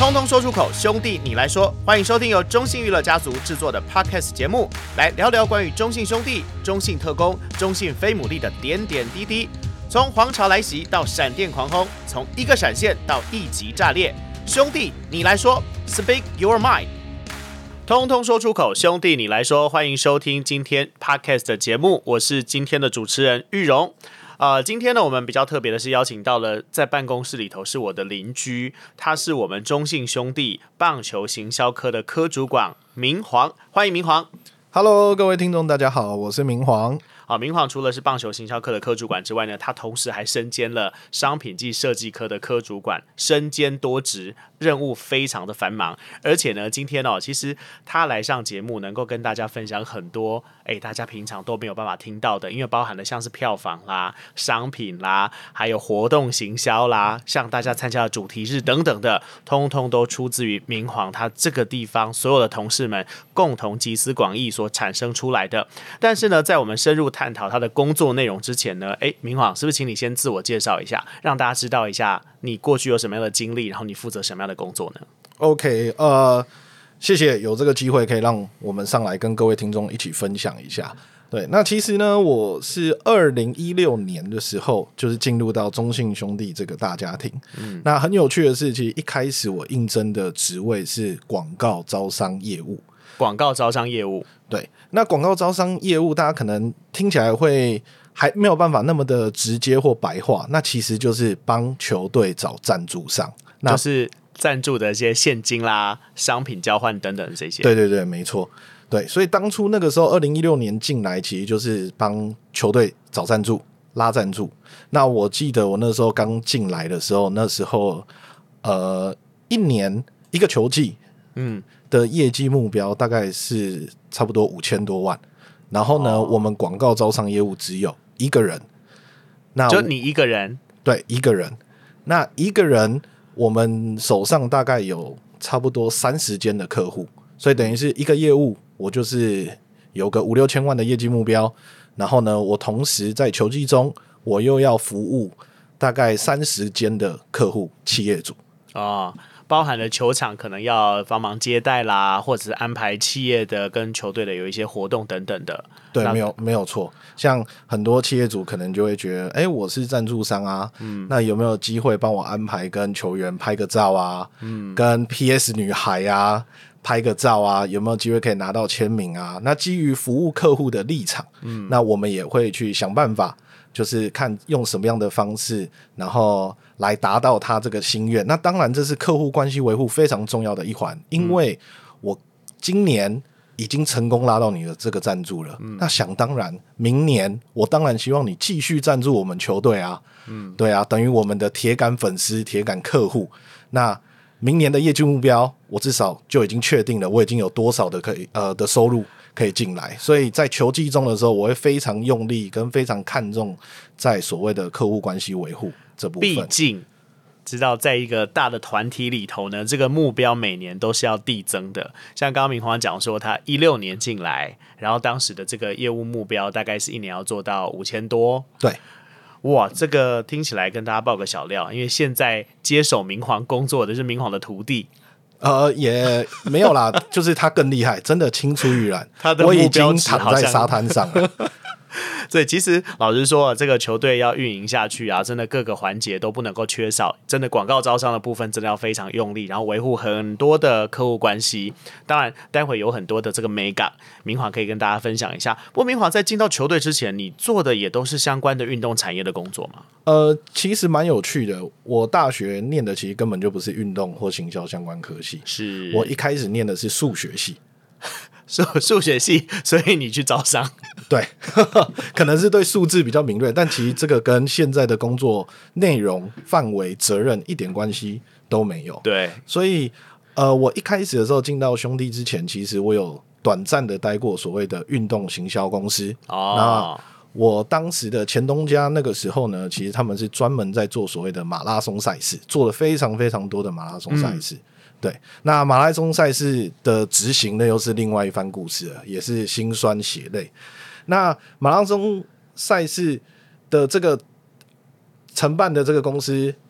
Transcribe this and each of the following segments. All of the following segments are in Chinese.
通通说出口，兄弟你来说。欢迎收听由中信娱乐家族制作的 Podcast 节目，来聊聊关于中信兄弟、中信特攻、中信飞牡蛎的点点滴滴。从皇朝来袭到闪电狂轰，从一个闪现到一级炸裂，兄弟你来说 ，Speak your mind。通通说出口，兄弟你来说。欢迎收听今天 Podcast 的节目，我是今天的主持人玉荣。今天呢，我们比较特别的是邀请到了在办公室里头是我的邻居，他是我们中信兄弟棒球行销科的科主管明煌，欢迎明煌。 Hello， 各位听众，大家好，我是明煌。 明煌除了是棒球行销科的科主管之外呢，他同时还身兼了商品暨设计科的科主管，身兼多职，任务非常的繁忙。而且呢，今天其实他来上节目，能够跟大家分享很多大家平常都没有办法听到的，因为包含的像是票房啦、商品啦，还有活动行销啦，像大家参加的主题日等等的，通通都出自于明煌他这个地方所有的同事们共同集思广益所产生出来的。但是呢，在我们深入探讨他的工作内容之前呢，明煌是不是请你先自我介绍一下，让大家知道一下你过去有什么样的经历，然后你负责什么样的工作呢？ OK， 谢谢有这个机会可以让我们上来跟各位听众一起分享一下。对，那其实呢，我是2016年的时候就是进入到中信兄弟这个大家庭。那很有趣的是，其实一开始我应征的职位是广告招商业务。 广告招商业务， 对，那广告招商业务，大家可能听起来会还没有办法那么的直接或白话，那其实就是帮球队找赞助商，那就是赞助的一些现金啦、商品交换等等这些。 对对对，没错。对，所以当初那个时候2016年进来，其实就是帮球队找赞助、拉赞助。那我记得我那时候刚进来的时候，那时候一年一个球季，的业绩目标大概是差不多5000多万，然后呢，我们广告招商业务只有一个人，那就你一个人？ 对，一个人。那一个人，我们手上大概有差不多30间的客户，所以等于是一个业务，我就是有个5-6千万的业绩目标，然后呢，我同时在球季中，我又要服务大概30间的客户企业主包含了球场可能要帮忙接待啦，或者是安排企业的跟球队的有一些活动等等的。 对，没有错。像很多企业主可能就会觉得，我是赞助商啊，那有没有机会帮我安排跟球员拍个照啊，跟 PS 女孩啊拍个照啊，有没有机会可以拿到签名啊？那基于服务客户的立场，那我们也会去想办法，就是看用什么样的方式，然后来达到他这个心愿。那当然这是客户关系维护非常重要的一环，因为我今年已经成功拉到你的这个赞助了，那想当然明年我当然希望你继续赞助我们球队啊，对啊，等于我们的铁杆粉丝、铁杆客户。那明年的业绩目标我至少就已经确定了，我已经有多少的的收入可以进来，所以在球季中的时候，我会非常用力跟非常看重在所谓的客户关系维护这部分。 毕竟知道在一个大的团体里头呢，这个目标每年都是要递增的。像刚刚明煌讲说，他16年进来，然后当时的这个业务目标大概是一年要做到5000多。 对， 哇，这个听起来跟大家报个小料，因为现在接手明煌工作的是明煌的徒弟。 也没有啦，就是他更厉害，真的青出于蓝。 他的目标我已经躺在沙滩上了。 所以其实老实说，这个球队要运营下去啊，真的各个环节都不能够缺少。真的广告招商的部分真的要非常用力，然后维护很多的客户关系。当然，待会有很多的这个美感，明煌可以跟大家分享一下。不过明煌在进到球队之前，你做的也都是相关的运动产业的工作吗？ 其实蛮有趣的。我大学念的其实根本就不是运动或行销相关科系， 是我一开始念的是数学系。 数学系，所以你去招商。 对，可能是对数字比较敏锐，但其实这个跟现在的工作内容、范围、责任一点关系都没有。 对， 所以我一开始的时候进到兄弟之前，其实我有短暂的待过所谓的运动行销公司。那我当时的前东家那个时候呢，其实他们是专门在做所谓的马拉松赛事，做了非常非常多的马拉松赛事。对，那马拉松赛事的执行呢，又是另外一番故事了，也是辛酸血泪。那马拉松赛事的这个承办的这个公司，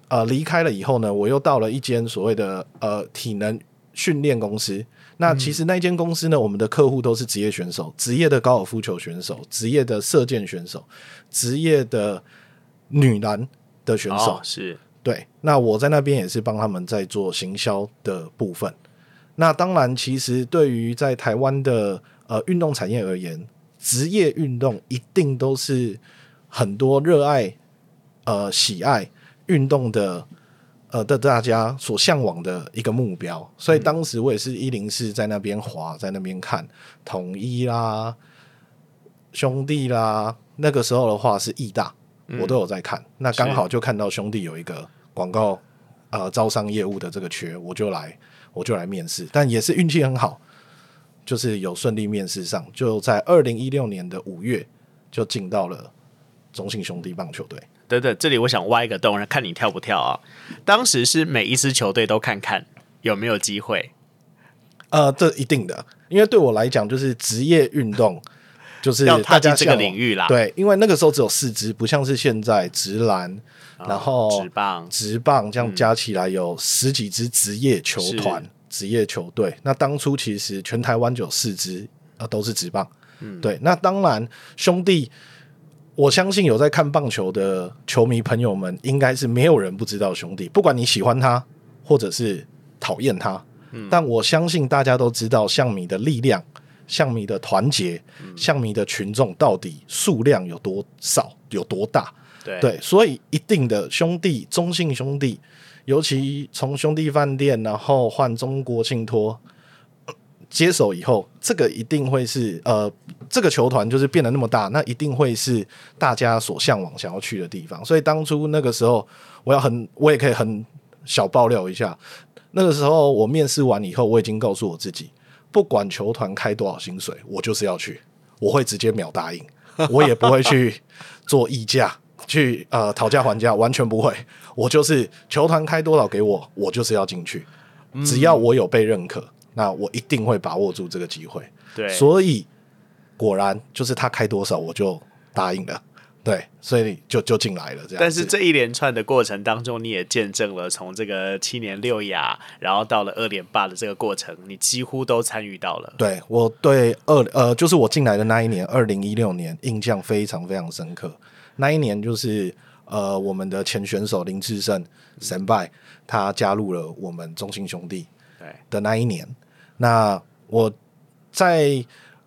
离开了以后呢，我又到了一间所谓的体能训练公司。那其实那间公司呢，我们的客户都是职业选手，职业的高尔夫球选手，职业的射箭选手，职业的女篮的选手。 是对。那我在那边也是帮他们在做行销的部分。那当然，其实对于在台湾的运动产业而言，职业运动一定都是很多热爱喜爱运动的大家所向往的一个目标。所以当时我也是104在那边滑，在那边看统一啦、兄弟啦，那个时候的话是义大，我都有在看。那刚好就看到兄弟有一个广告招商业务的这个缺，我就来面试，但也是运气很好，就是有顺利面试上，就在2016年的5月就进到了中信兄弟棒球队。 等等，这里我想挖一个洞，看你跳不跳啊？当时是每一支球队都看看有没有机会？ 这一定的，因为对我来讲，就是职业运动，就是要踏进大家这个领域啦。 对，因为那个时候只有4支，不像是现在职篮，然后职棒这样加起来有10几支职业球团、职业球队。那当初其实全台湾就有4支都是职棒。对。那当然，兄弟。我相信有在看棒球的球迷朋友们，应该是没有人不知道兄弟，不管你喜欢他或者是讨厌他，但我相信大家都知道象迷的力量、象迷的团结、象迷的群众到底数量有多少、有多大。对，所以一定的兄弟，中信兄弟，尤其从兄弟饭店然后换中国信托接手以后，这个一定会是这个球团就是变得那么大，那一定会是大家所向往想要去的地方。所以当初那个时候，我也可以很小爆料一下，那个时候我面试完以后，我已经告诉我自己，不管球团开多少薪水，我就是要去，我会直接秒答应，我也不会去做议价，去讨价还价，完全不会。我就是球团开多少给我，我就是要进去，只要我有被认可。那我一定会把握住这个机会。 对， 所以果然就是他开多少我就答应了。对，所以就进来了这样。 但是这一连串的过程当中，你也见证了从这个7年6亚，然后到了2连霸的这个过程，你几乎都参与到了。 对，我对就是我进来的那一年2016年印象非常非常深刻。那一年就是我们的前选手林志胜神拜他加入了我们中信兄弟的那一年。那我在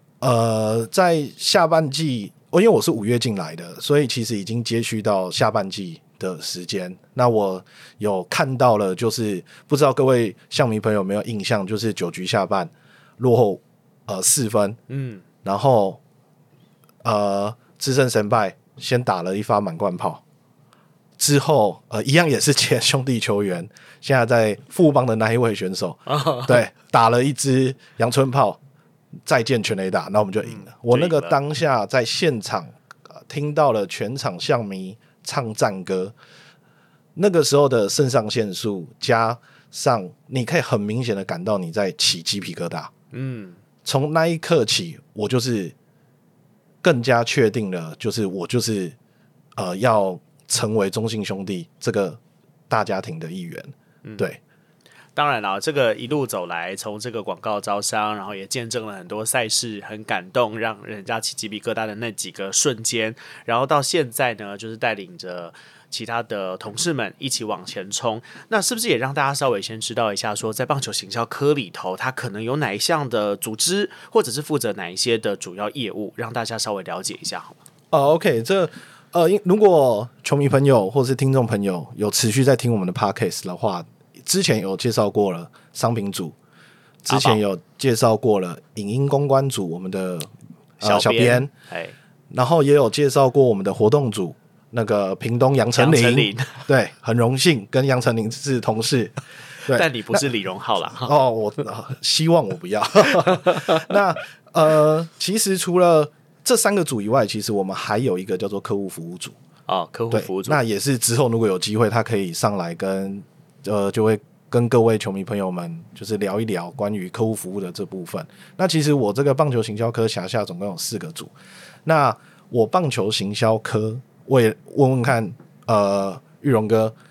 下半季，因为我是5月进来的，所以其实已经接续到下半季的时间。那我有看到了，就是不知道各位象迷朋友有没有印象，就是9局下半落后4分，然后资深神拜先打了一发满贯炮，之后一样也是前兄弟球员，现在在富邦的那一位选手，对，打了一支阳春炮，再见全垒打，那我们就赢了。我那个当下在现场听到了全场象迷唱战歌，那个时候的肾上腺素加上你可以很明显的感到你在起鸡皮疙瘩。从那一刻起，我就是更加确定了，就是我就是要成为中信兄弟这个大家庭的一员。对。 当然了，这个一路走来，从这个广告招商，然后也见证了很多赛事，很感动，让人家起鸡皮疙瘩的那几个瞬间，然后到现在呢，就是带领着其他的同事们一起往前冲。那是不是也让大家稍微先知道一下说在棒球行销科里头，它可能有哪一项的组织，或者是负责哪一些的主要业务，让大家稍微了解一下好吗 ？OK， 如果球迷朋友或是听众朋友有持续在听我们的 Podcast 的话，之前有介绍过了商品组，之前有介绍过了影音公关组，我们的小编，然后也有介绍过我们的活动组，那个屏东杨丞琳，对，很荣幸跟杨丞琳是同事，对， 但你不是李荣浩啦。 我希望我不要。那其实除了这3个组以外，其实我们还有一个叫做客户服务组。 客户服务组， 那也是之后如果有机会，他可以上来跟就会跟各位球迷朋友们就是聊一聊关于客户服务的这部分。那其实我这个棒球行销科辖下总共有4个组。那我棒球行销科，我也问问看玉荣哥，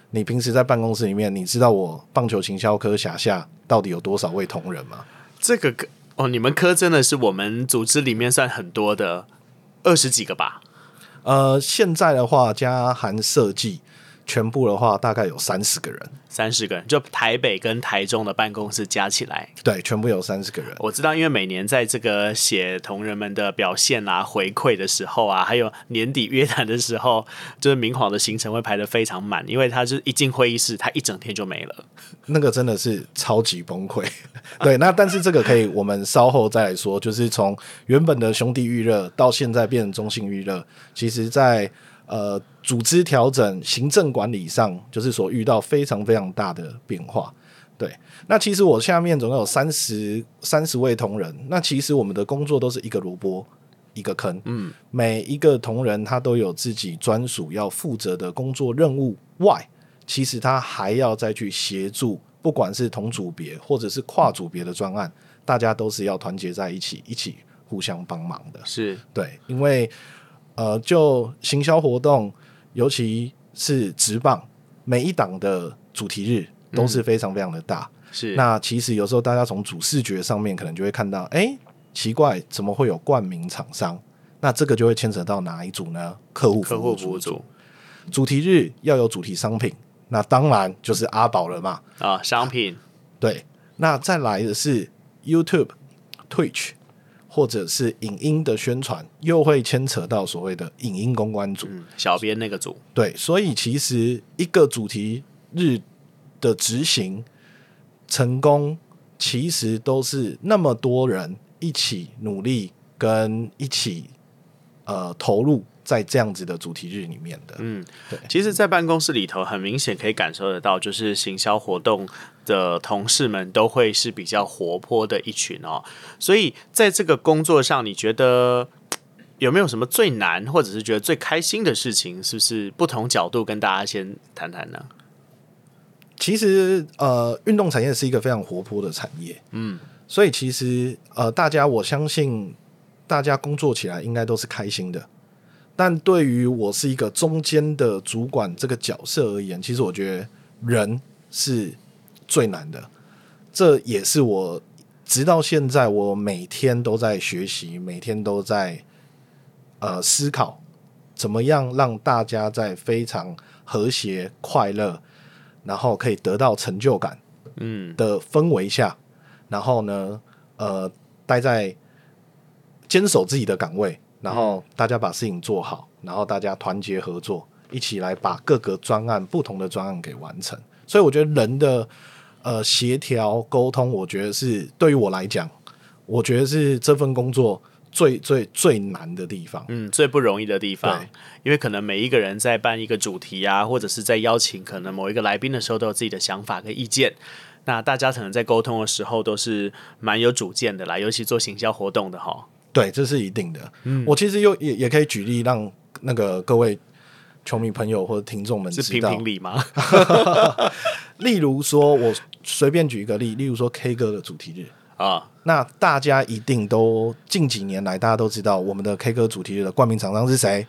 你平时在办公室里面，你知道我棒球行销科辖下到底有多少位同仁吗？ 这个你们科真的是我们组织里面算很多的，20几个吧？ 现在的话加含设计，全部的话大概有30个人。 30个人，就台北跟台中的办公室加起来， 对，全部有30个人。 我知道，因为每年在这个写同仁们的表现啊、回馈的时候啊，还有年底约谈的时候，就是明晃的行程会排得非常满，因为他就是一进会议室，他一整天就没了。 那个真的是超级崩溃。对，那但是这个可以我们稍后再来说，就是从原本的兄弟预热到现在变成中信预热，其实在组织调整、行政管理上，就是所遇到非常非常大的变化。对，那其实我下面总共有30位同仁，那其实我们的工作都是一个萝卜一个坑，每一个同仁他都有自己专属要负责的工作任务外，其实他还要再去协助，不管是同组别或者是跨组别的专案，大家都是要团结在一起，一起互相帮忙的。 是对，因为就行销活动，尤其是职棒，每一档的主题日都是非常非常的大。 是， 那其实有时候大家从主视觉上面可能就会看到，奇怪，怎么会有冠名厂商？那这个就会牵扯到哪一组呢？客户服务组。主题日要有主题商品，那当然就是阿宝了嘛。 商品。 对，那再来的是 YouTube、Twitch。或者是影音的宣传，又会牵扯到所谓的影音公关组， 小编那个组。 对，所以其实一个主题日的执行成功，其实都是那么多人一起努力跟一起投入在这样子的主题日里面的。 对。其实，在办公室里头，很明显可以感受得到，就是行销活动的同事们都会是比较活泼的一群哦。所以，在这个工作上，你觉得有没有什么最难，或者是觉得最开心的事情？是不是不同角度跟大家先谈谈呢？ 其实，运动产业是一个非常活泼的产业，所以其实我相信大家工作起来应该都是开心的。但对于我是一个中间的主管这个角色而言，其实我觉得人是最难的，这也是我直到现在我每天都在学习，每天都在思考怎么样让大家在非常和谐快乐，然后可以得到成就感的氛围下，然后呢待在坚守自己的岗位，然后大家把事情做好，然后大家团结合作，一起来把各个不同的专案给完成。所以我觉得人的协调沟通，我觉得是对于我来讲，我觉得是这份工作最难的地方， 最不容易的地方。因为可能每一个人在办一个主题啊，或者是在邀请可能某一个来宾的时候，都有自己的想法跟意见。那大家可能在沟通的时候都是蛮有主见的啦，尤其做行销活动的齁。 对，这是一定的。我其实也可以举例让那个各位球迷朋友或者听众们知道， 是评评理吗？ 例如说，我随便举一个例如说 K 歌的主题日啊，那大家一定都近几年来大家都知道我们的 K 歌主题日的冠名厂商是谁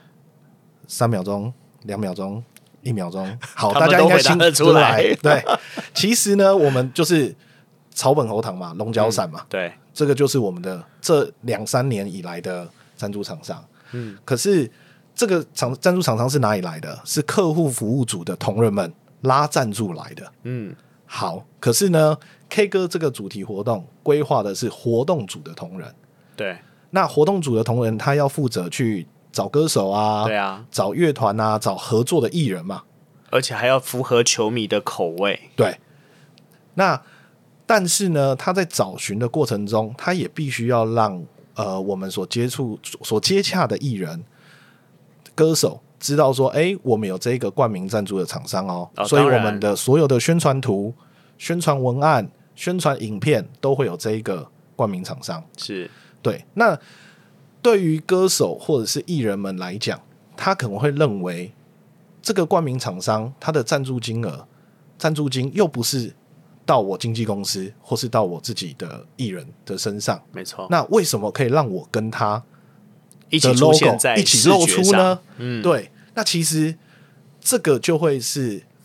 ？3秒钟、2秒钟、1秒钟，好，大家应该心得出来。对，其实呢，我们就是草本喉糖嘛，龙角散嘛， 对， 这个就是我们的这2-3年以来的赞助厂商。可是这个赞助厂商是哪里来的？是客户服务组的同仁们拉赞助来的。好，可是呢 ，K 歌这个主题活动规划的是活动组的同仁。 对， 那活动组的同仁他要负责去找歌手啊， 对啊， 找乐团啊，找合作的艺人嘛， 而且还要符合球迷的口味。 对，那但是呢，他在找寻的过程中，他也必须要让我们所接洽的艺人、歌手知道说，我们有这个冠名赞助的厂商哦，所以我们的所有的宣传图、宣传文案、宣传影片都会有这一个冠名厂商。 是， 对。那对于歌手或者是艺人们来讲，他可能会认为这个冠名厂商他的赞助金又不是到我经纪公司或是到我自己的艺人的身上， 没错。 那为什么可以让我跟他一起露出呢？ 对，那其实这个就会是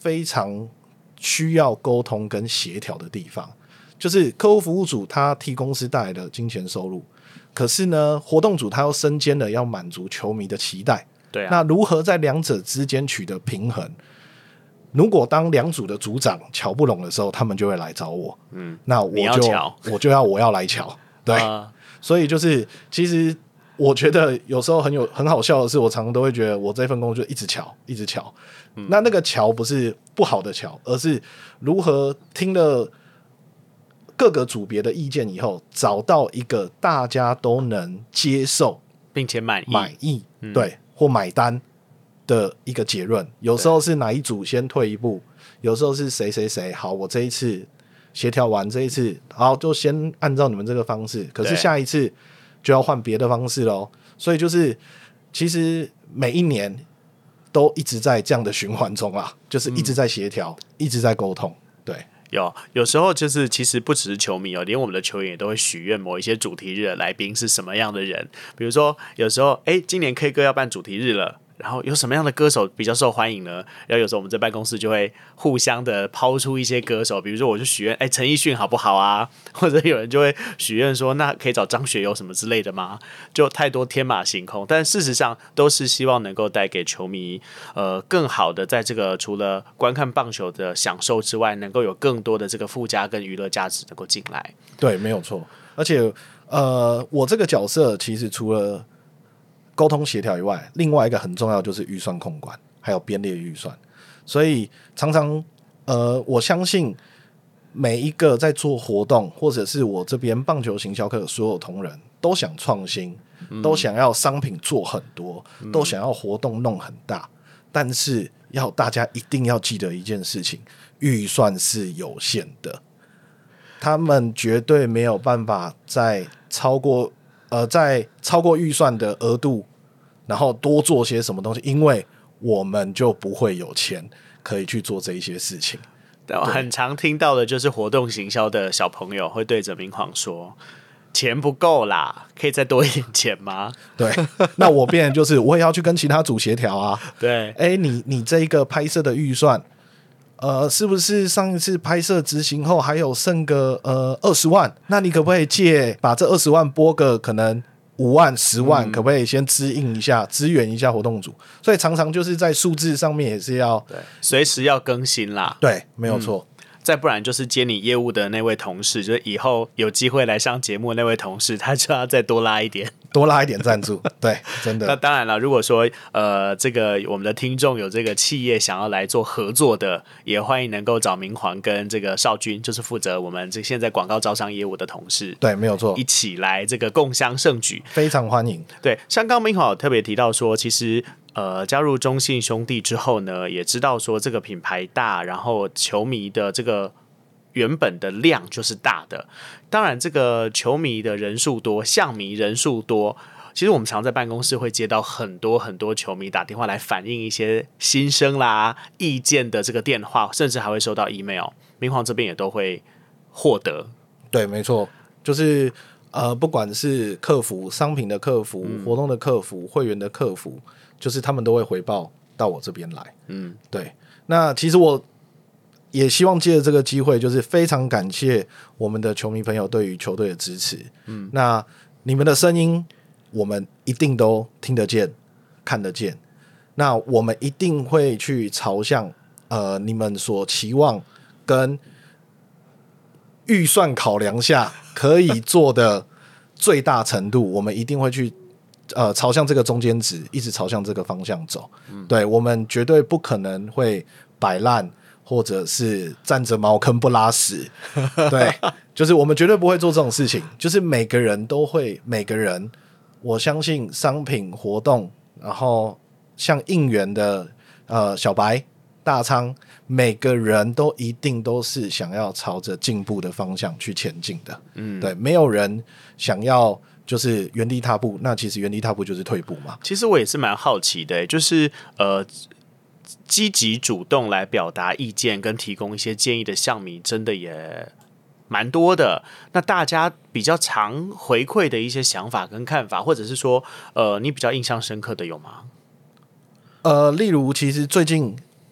非常需要沟通跟协调的地方。就是客户服务组他替公司带来的金钱收入，可是呢，活动组他又身兼了要满足球迷的期待。 对啊， 那如何在两者之间取得平衡？如果当两组的组长瞧不拢的时候，他们就会来找我。那我要来瞧。对，所以就是其实我觉得有时候很好笑的是，我常常都会觉得我这份工作就一直瞧。那个瞧不是不好的瞧，而是如何听了各个组别的意见以后，找到一个大家都能接受并且满意， 对，或买单的一个结论。有时候是哪一组先退一步，有时候是谁好，我这一次协调完，这一次好就先按照你们这个方式，可是下一次就要换别的方式咯。所以就是其实每一年都一直在这样的循环中啊，就是一直在协调，一直在沟通。对， 有时候就是其实不只是球迷连我们的球员也都会许愿某一些主题日的来宾是什么样的人。比如说有时候今年 K 歌要办主题日了，然后有什么样的歌手比较受欢迎呢？然后有时候我们在办公室就会互相的抛出一些歌手，比如说我就许愿陈奕迅好不好啊？或者有人就会许愿说那可以找张学友什么之类的吗？就太多天马行空，但事实上都是希望能够带给球迷更好的在这个除了观看棒球的享受之外，能够有更多的这个附加跟娱乐价值能够进来。 对，没有错。而且我这个角色其实除了沟通协调以外，另外一个很重要就是预算控管，还有编列预算。所以常常我相信每一个在做活动，或者是我这边棒球行销课的所有同仁，都想创新，都想要商品做很多，都想要活动弄很大，但是大家一定要记得一件事情，预算是有限的，他们绝对没有办法在超过预算的额度，然后多做些什么东西，因为我们就不会有钱可以去做这一些事情。 我很常听到的就是活动行销的小朋友会对着明晃说：“钱不够啦，可以再多一点钱吗？” 对，那我变成就是我也要去跟其他组协调啊。 对， 你这一个拍摄的预算，是不是上一次拍摄执行后还有剩个20万？那你可不可以把这20万拨个可能5万、10万，可不可以先支援一下活动组？所以常常就是在数字上面也是要随时要更新啦。 对，没有错。 再不然就是接你业务的那位同事，就是以后有机会来上节目的那位同事，他就要再多拉一点赞助。对，真的。 那当然了，如果说这个我们的听众有这个企业想要来做合作的，也欢迎能够找明煌跟这个少君，就是负责我们现在广告招商业务的同事， 对，没有错， 一起来这个共襄盛举， 非常欢迎。 对，像刚明煌有特别提到说，其实加入中信兄弟之后呢，也知道说这个品牌大，然后球迷的这个原本的量就是大的。当然，这个球迷的人数多，象迷人数多，其实我们常在办公室会接到很多很多球迷打电话来反映一些心声啦、意见的这个电话，甚至还会收到 email， 明煌这边也都会获得。 对，没错，就是不管是客服、商品的客服、活动的客服、会员的客服，就是他们都会回报到我这边来。对。那其实我也希望借着这个机会，就是非常感谢我们的球迷朋友对于球队的支持。那你们的声音，我们一定都听得见、看得见。那我们一定会去朝向你们所期望跟预算考量下可以做的最大程度，我们一定会去朝向这个中间值，一直朝向这个方向走。对，我们绝对不可能会摆烂，或者是站着茅坑不拉屎。对，就是我们绝对不会做这种事情。就是每个人，我相信商品活动，然后像应援的小白、大仓，每个人都一定都是想要朝着进步的方向去前进的。对，没有人想要就是原地踏步，那其实原地踏步就是退步嘛。 其实我也是蛮好奇的，就是积极主动来表达意见跟提供一些建议的项目真的也蛮多的。那大家比较常回馈的一些想法跟看法，或者是说你比较印象深刻的有吗？ 例如其实最近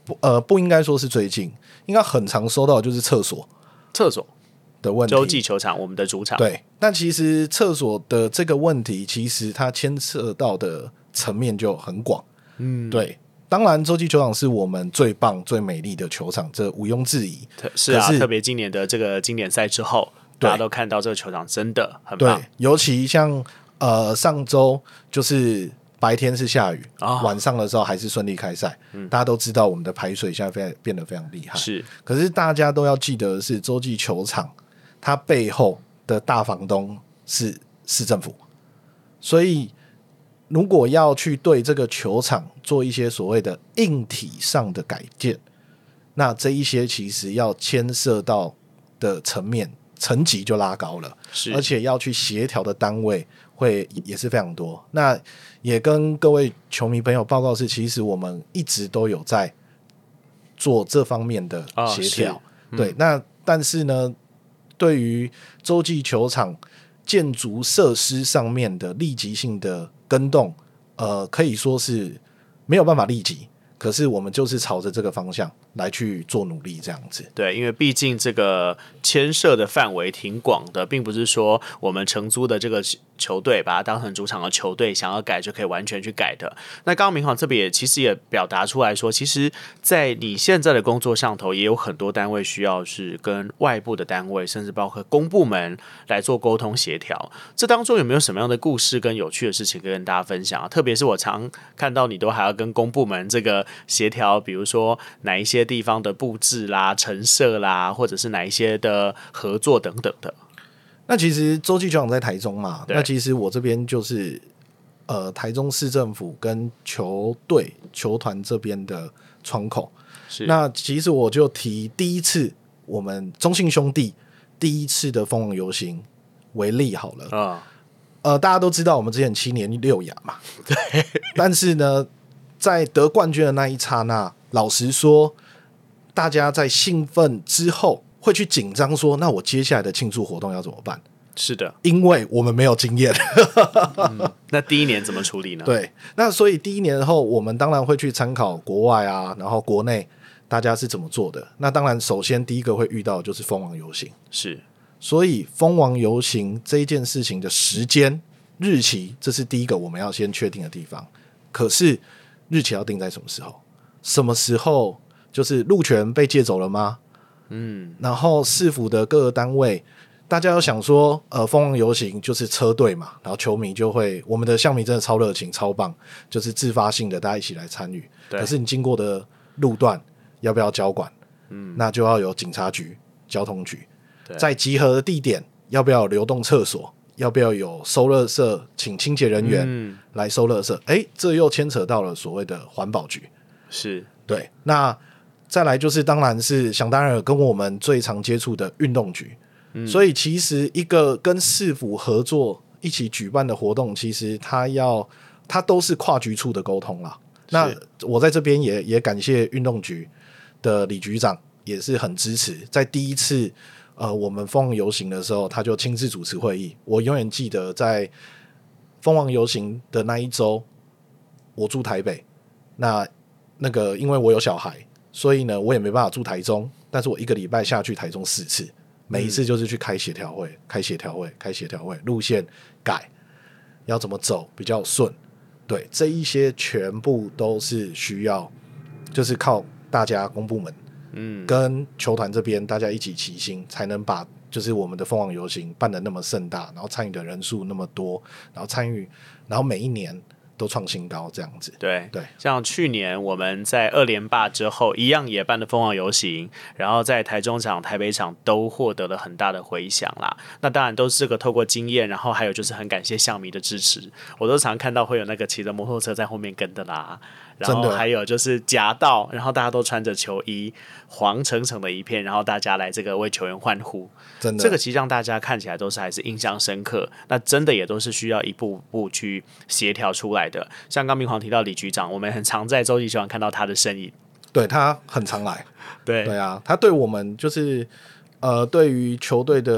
不应该说是最近，应该很常收到的就是厕所的问题。 洲际球场，我们的主场。 对，但其实厕所的这个问题，其实它牵涉到的层面就很广。对。当然，洲际球场是我们最棒、最美丽的球场，这毋庸置疑。 是啊，特别今年的这个经典赛之后，大家都看到这个球场真的很棒。 对，尤其像上周就是白天是下雨，晚上的时候还是顺利开赛。大家都知道我们的排水现在变得非常厉害。 是， 可是大家都要记得的是，洲际球场它背后的大房东是市政府，所以如果要去对这个球场做一些所谓的硬体上的改建，那这一些其实要牵涉到的层级就拉高了，而且要去协调的单位也是非常多。那也跟各位球迷朋友报告是，其实我们一直都有在做这方面的协调。对，那但是呢，对于洲际球场建筑设施上面的立即性的更动，可以说是没有办法立即，可是我们就是朝着这个方向来去做努力，这样子。 对，因为毕竟这个牵涉的范围挺广的，并不是说我们承租的这个球队把它当成主场的球队，想要改就可以完全去改的。那刚刚明晃这边其实也表达出来说，其实在你现在的工作上头，也有很多单位需要是跟外部的单位，甚至包括公部门来做沟通协调。这当中有没有什么样的故事跟有趣的事情跟大家分享？特别是我常看到你都还要跟公部门这个协调，比如说哪一些地方的布置啦、陈设啦，或者是哪一些的合作等等的。 那其实洲际球场在台中嘛，那其实我这边就是台中市政府跟球队球团这边的窗口。是，那其实我就提第一次我们中信兄弟第一次的凤凰游行为例好了。大家都知道我们之前7年6亚嘛，对。但是呢，在得冠军的那一刹那，老实说，大家在兴奋之后会去紧张说，那我接下来的庆祝活动要怎么办？ 是的， 因为我们没有经验。 那第一年怎么处理呢？ 对，那所以第一年后，我们当然会去参考国外啊，然后国内大家是怎么做的。那当然，首先第一个会遇到的就是蜂王游行。 是， 所以蜂王游行这一件事情的时间日期，这是第一个我们要先确定的地方。可是日期要定在什么时候？什么时候就是路权被借走了吗？然后市府的各个单位，大家都想说，蜂王游行就是车队嘛，然后球迷就会，我们的象迷真的超热情、超棒，就是自发性的大家一起来参与。可是你经过的路段要不要交管？那就要有警察局、交通局。在集合的地点要不要有流动厕所？要不要有收垃圾，请清洁人员来收垃圾？这又牵扯到了所谓的环保局。 是， 对。那再来就是当然是想当然跟我们最常接触的运动局。所以其实一个跟市府合作一起举办的活动，其实它都是跨局处的沟通啦。那我在这边也感谢运动局的李局长，也是很支持。在第一次我们蜂王游行的时候，他就亲自主持会议。我永远记得在蜂王游行的那一周，我住台北，那个因为我有小孩，所以呢我也没办法住台中，但是我一个礼拜下去台中4次，每一次就是去开协调会、开协调会、开协调会，路线改要怎么走比较顺。对，这一些全部都是需要就是靠大家公部门跟球团这边大家一起齐心，才能把就是我们的蜂王游行办得那么盛大，然后参与的人数那么多，然后每一年都创新高这样子。 对，像去年我们在2连霸之后一样也办的蜂王游行，然后在台中场、台北场都获得了很大的回响啦。那当然都是这个透过经验，然后还有就是很感谢象迷的支持。我都常看到会有那个骑着摩托车在后面跟的啦，然后还有就是夹道，然后大家都穿着球衣，黄澄澄的一片，然后大家来这个为球员欢呼。真的，这个其实让大家看起来都是还是印象深刻。那真的也都是需要一步步去协调出来的。像刚明煌提到李局长，我们很常在洲际球场看到他的身影。 对，他很常来。 对啊，他对我们就是对于球队的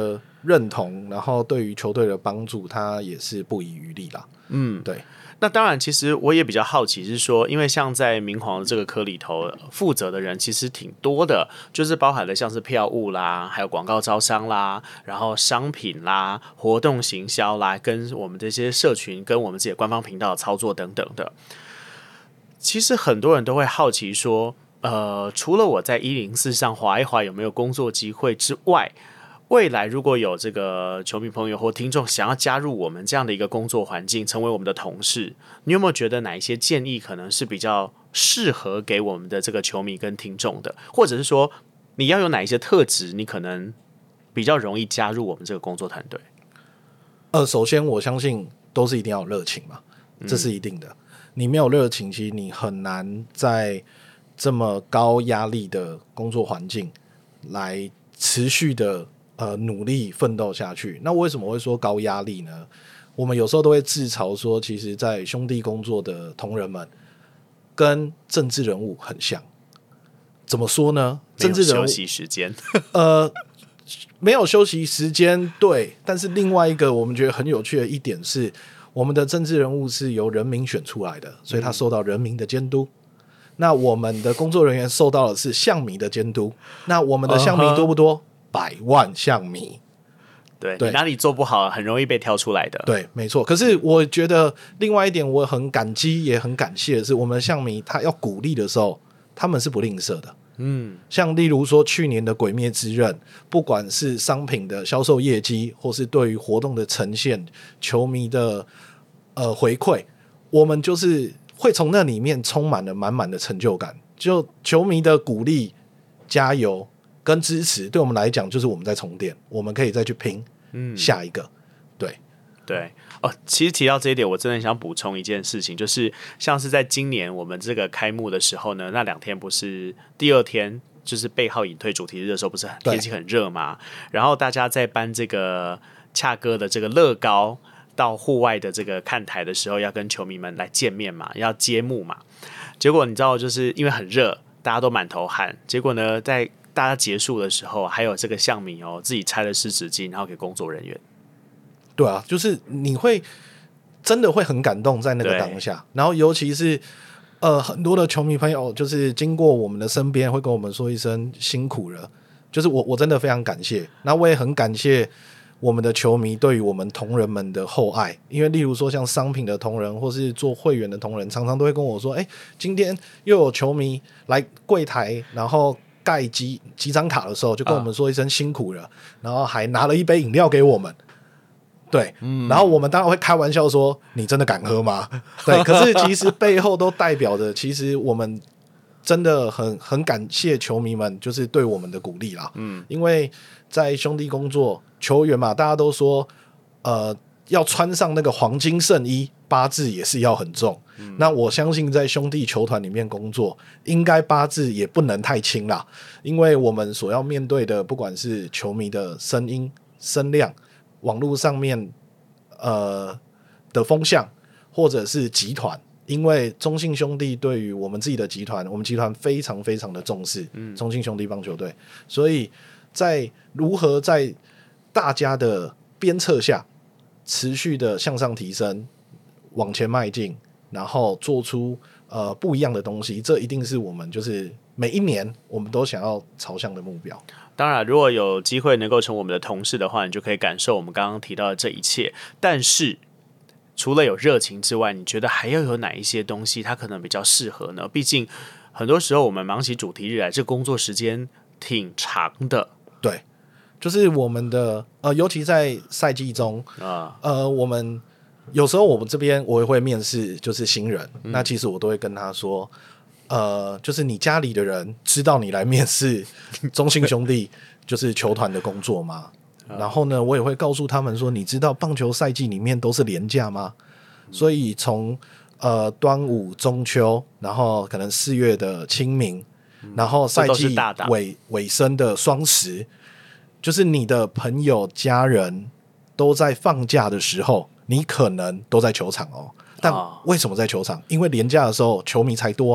认同，然后对于球队的帮助，他也是不遗余力啦。对。 那当然，其实我也比较好奇，是说，因为像在明皇的这个科里头，负责的人其实挺多的，就是包含了像是票务啦，还有广告招商啦，然后商品啦、活动行销啦，跟我们这些社群、跟我们自己的官方频道的操作等等的。其实很多人都会好奇说，除了我在104上滑一滑有没有工作机会之外，未来如果有这个球迷朋友或听众想要加入我们这样的一个工作环境，成为我们的同事，你有没有觉得哪一些建议可能是比较适合给我们的这个球迷跟听众的？或者是说，你要有哪一些特质，你可能比较容易加入我们这个工作团队？ 首先我相信都是一定要有热情嘛，这是一定的。你没有热情，其实你很难在这么高压力的工作环境来持续的努力奋斗下去。那为什么会说高压力呢？我们有时候都会自嘲说，其实在兄弟工作的同仁们跟政治人物很像。怎么说呢？政治人物没有休息时间没有休息时间，对。但是另外一个我们觉得很有趣的一点是，我们的政治人物是由人民选出来的，所以他受到人民的监督。那我们的工作人员受到的是象迷的监督。那我们的象迷多不多？100万象迷。 对，你哪里做不好，很容易被挑出来的。 对，没错。可是我觉得另外一点我很感激也很感谢的是，我们的象迷他要鼓励的时候，他们是不吝啬的。像例如说去年的鬼灭之刃，不管是商品的销售业绩，或是对于活动的呈现，球迷的回馈，我们就是会从那里面充满了满满的成就感。就球迷的鼓励、加油跟支持，对我们来讲就是我们在充电，我们可以再去拼下一个。对其实提到这一点，我真的想补充一件事情，就是像是在今年我们这个开幕的时候呢，那2天不是第2天就是背号隐退主题日的时候，不是天气很热嘛？然后大家在搬这个恰哥的这个乐高到户外的这个看台的时候，要跟球迷们来见面嘛，要揭幕嘛。结果你知道，就是因为很热，大家都满头汗。结果呢，在大家结束的时候，还有这个象迷自己拆了湿纸巾，然后给工作人员。 对啊，就是你会真的会很感动在那个当下，然后尤其是很多的球迷朋友就是经过我们的身边会跟我们说一声辛苦了，就是我真的非常感谢。那我也很感谢我们的球迷对于我们同仁们的厚爱，因为例如说像商品的同仁或是做会员的同仁，常常都会跟我说，今天又有球迷来柜台，然后盖几张卡的时候就跟我们说一声辛苦了，然后还拿了一杯饮料给我们。对，然后我们当然会开玩笑说：“你真的敢喝吗？”对，可是其实背后都代表着，其实我们真的很感谢球迷们，就是对我们的鼓励啦。因为在兄弟工作，球员嘛，大家都说，要穿上那个黄金圣衣，8字也是要很重。那我相信在兄弟球团里面工作，应该8字也不能太轻啦，因为我们所要面对的，不管是球迷的声音、声量。网络上面的风向，或者是集团，因为中信兄弟对于我们自己的集团，我们集团非常非常的重视中信兄弟棒球队，所以在如何在大家的鞭策下持续的向上提升，往前迈进，然后做出不一样的东西，这一定是我们就是每一年我们都想要朝向的目标。 当然，如果有机会能够成为我们的同事的话，你就可以感受我们刚刚提到的这一切。但是，除了有热情之外，你觉得还要有哪一些东西它可能比较适合呢？毕竟很多时候我们忙起主题日来，这工作时间挺长的。 对，就是我们的尤其在赛季中我们有时候我们这边我也会面试，就是新人，那其实我都会跟他说。就是你家里的人知道你来面试中信兄弟就是球团的工作吗？然后呢，我也会告诉他们说，你知道棒球赛季里面都是连假吗？所以从端午、中秋，然后可能4月的清明，然后赛季尾声的双十，就是你的朋友家人都在放假的时候，你可能都在球场哦。但为什么在球场？因为连假的时候球迷才多啊。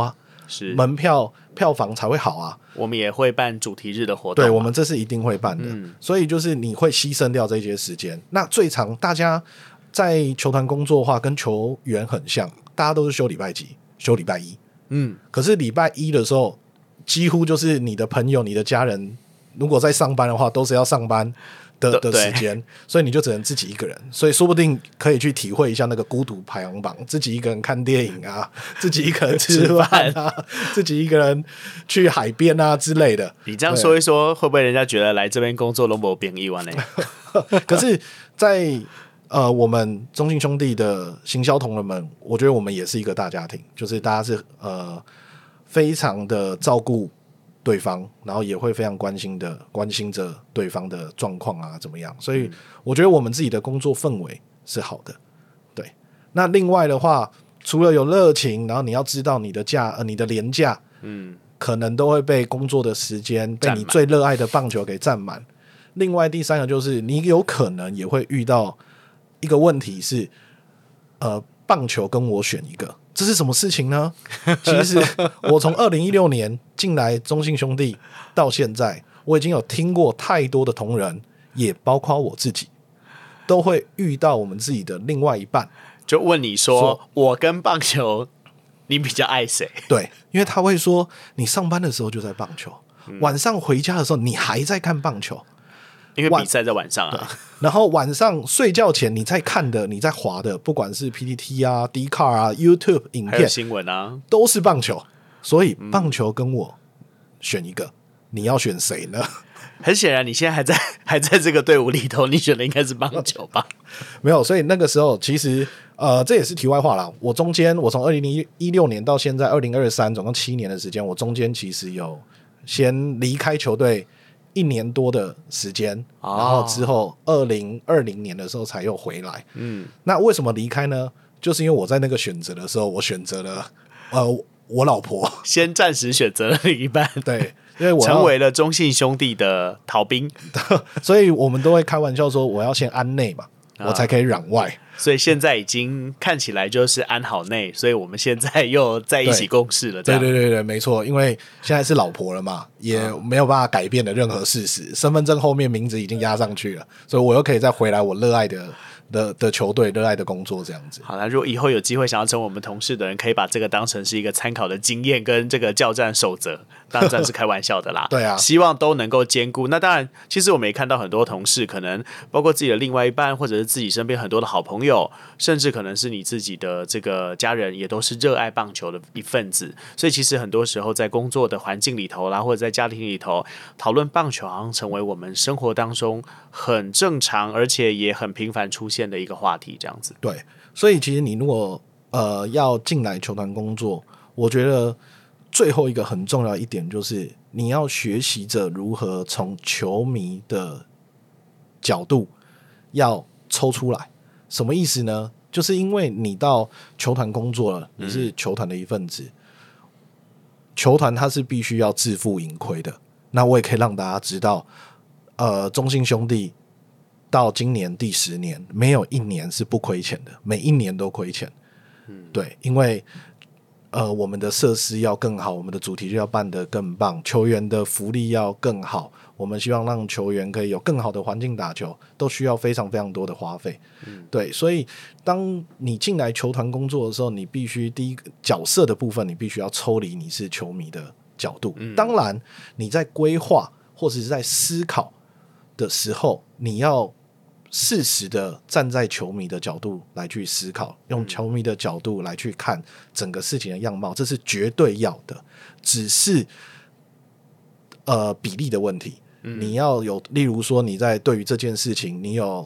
是门票房才会好啊。 我们也会办主题日的活动， 对，我们这是一定会办的，所以就是你会牺牲掉这些时间。那最常大家在球团工作的话，跟球员很像，大家都是休礼拜几，休礼拜一。可是礼拜一的时候，几乎就是你的朋友、你的家人，如果在上班的话，都是要上班的时间，所以你就只能自己一个人。所以说不定可以去体会一下那个孤独排行榜，自己一个人看电影啊，自己一个人吃饭啊，自己一个人去海边啊之类的。 你这样说一说，会不会人家觉得来这边工作都没有便宜完呢？ 可是在我们中信兄弟的行销同仁们，我觉得我们也是一个大家庭，就是大家是非常的照顾对方，然后也会非常关心着对方的状况啊怎么样，所以我觉得我们自己的工作氛围是好的。对，那另外的话，除了有热情，然后你要知道你的连假，可能都会被工作的时间被你最热爱的棒球给占满。另外第三个就是你有可能也会遇到一个问题是，棒球跟我选一个，这是什么事情呢？其实我从2016年进来中信兄弟到现在，我已经有听过太多的同仁，也包括我自己，都会遇到我们自己的另外一半， 就问你说我跟棒球你比较爱谁？ 对，因为他会说你上班的时候就在棒球，晚上回家的时候你还在看棒球， 因为比赛在晚上啊。 然后晚上睡觉前你在看的、你在滑的，不管是 PTT 啊、Dcard 啊、YouTube 影片、 还有新闻啊， 都是棒球。所以棒球跟我选一个，你要选谁呢？ 很显然，你现在还在这个队伍里头，你选的应该是棒球吧？ 没有，所以那个时候其实这也是题外话啦。我从2016年到现在2023，总共7年的时间，我中间其实有先离开球队1年多的时间，然后之后2020年的时候才又回来。那为什么离开呢？就是因为我在那个选择的时候，我选择了我老婆， 先暂时选择了另一半， 对，因为我成为了中信兄弟的逃兵， 所以我们都会开玩笑说，我要先安内嘛，我才可以攘外。 所以现在已经看起来就是安好内，所以我们现在又在一起共事了。 对，没错，因为现在是老婆了嘛，也没有办法改变的任何事实，身份证后面名字已经压上去了，所以我又可以再回来我热爱的球队、热爱的工作这样子。 好了，如果以后有机会想要成为我们同事的人，可以把这个当成是一个参考的经验跟这个教战守则，当然是开玩笑的啦。 对啊， 希望都能够兼顾。那当然，其实我们也看到很多同事，可能包括自己的另外一半，或者是自己身边很多的好朋友，甚至可能是你自己的这个家人，也都是热爱棒球的一份子。所以其实很多时候在工作的环境里头啦，或者在家庭里头，讨论棒球好像成为我们生活当中很正常，而且也很频繁出现的一个话题，这样子。 对，所以其实你如果要进来球团工作，我觉得最后一个很重要一点就是你要学习着如何从球迷的角度要抽出来。什么意思呢？就是因为你到球团工作了，你是球团的一份子，球团它是必须要自负盈亏的。那我也可以让大家知道，中信兄弟到今年第10年，没有1年是不亏钱的，每一年都亏钱。对，因为我们的设施要更好，我们的主题日要办得更棒，球员的福利要更好，我们希望让球员可以有更好的环境打球，都需要非常非常多的花费。对，所以当你进来球团工作的时候，你必须第一个角色的部分，你必须要抽离你是球迷的角度。当然你在规划或者是在思考的时候，你要适时的站在球迷的角度来去思考，用球迷的角度来去看整个事情的样貌，这是绝对要的。只是比例的问题，你要有，例如说你在对于这件事情你有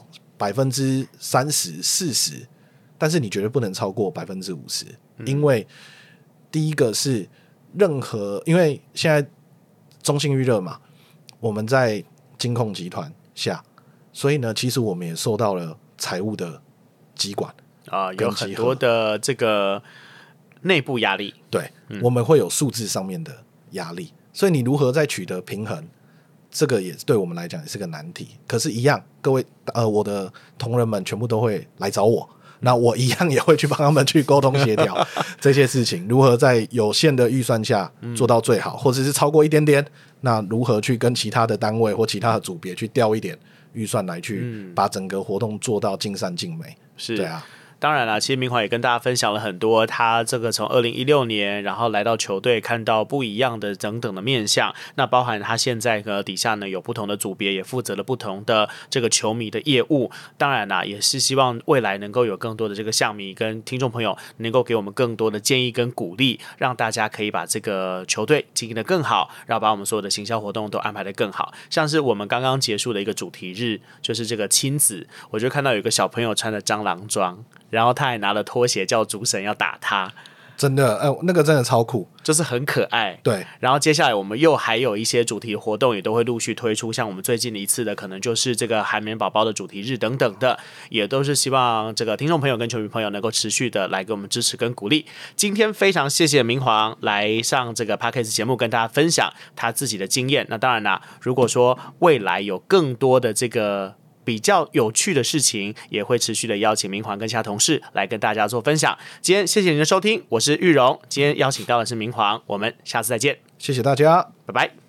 30%、40%，但是你绝对不能超过50%，因为第一个是因为现在中信预热嘛，我们在金控集团下，所以呢，其实我们也受到了财务的集管有很多的这个内部压力。 对，我们会有数字上面的压力，所以你如何再取得平衡，这个也对我们来讲也是个难题。可是，一样，各位我的同仁们全部都会来找我， 那我一样也会去帮他们去沟通协调这些事情，如何在有限的预算下做到最好，或者是超过一点点，那如何去跟其他的单位或其他的组别去调一点预算来去把整个活动做到尽善尽美。 是， 对啊。 当然啦，其实明华也跟大家分享了很多，他这个从2016年然后来到球队，看到不一样的等等的面向。那包含他现在底下呢有不同的组别，也负责了不同的这个球迷的业务。当然啦，也是希望未来能够有更多的这个象迷跟听众朋友能够给我们更多的建议跟鼓励，让大家可以把这个球队经营得更好，然后把我们所有的行销活动都安排得更好。像是我们刚刚结束的一个主题日，就是这个亲子，我就看到有一个小朋友穿着蟑螂装。然后他还拿了拖鞋叫主审要打他， 真的，那个真的超酷， 就是很可爱。 对， 然后接下来我们又还有一些主题活动也都会陆续推出，像我们最近一次的可能就是这个海绵宝宝的主题日等等的，也都是希望这个听众朋友跟球迷朋友能够持续的来给我们支持跟鼓励。今天非常谢谢明皇来上这个 Podcast 节目跟大家分享他自己的经验。那当然啦，如果说未来有更多的这个比较有趣的事情，也会持续的邀请明皇跟其他同事来跟大家做分享。今天谢谢您的收听，我是玉荣，今天邀请到的是明皇，我们下次再见， 谢谢大家， 拜拜。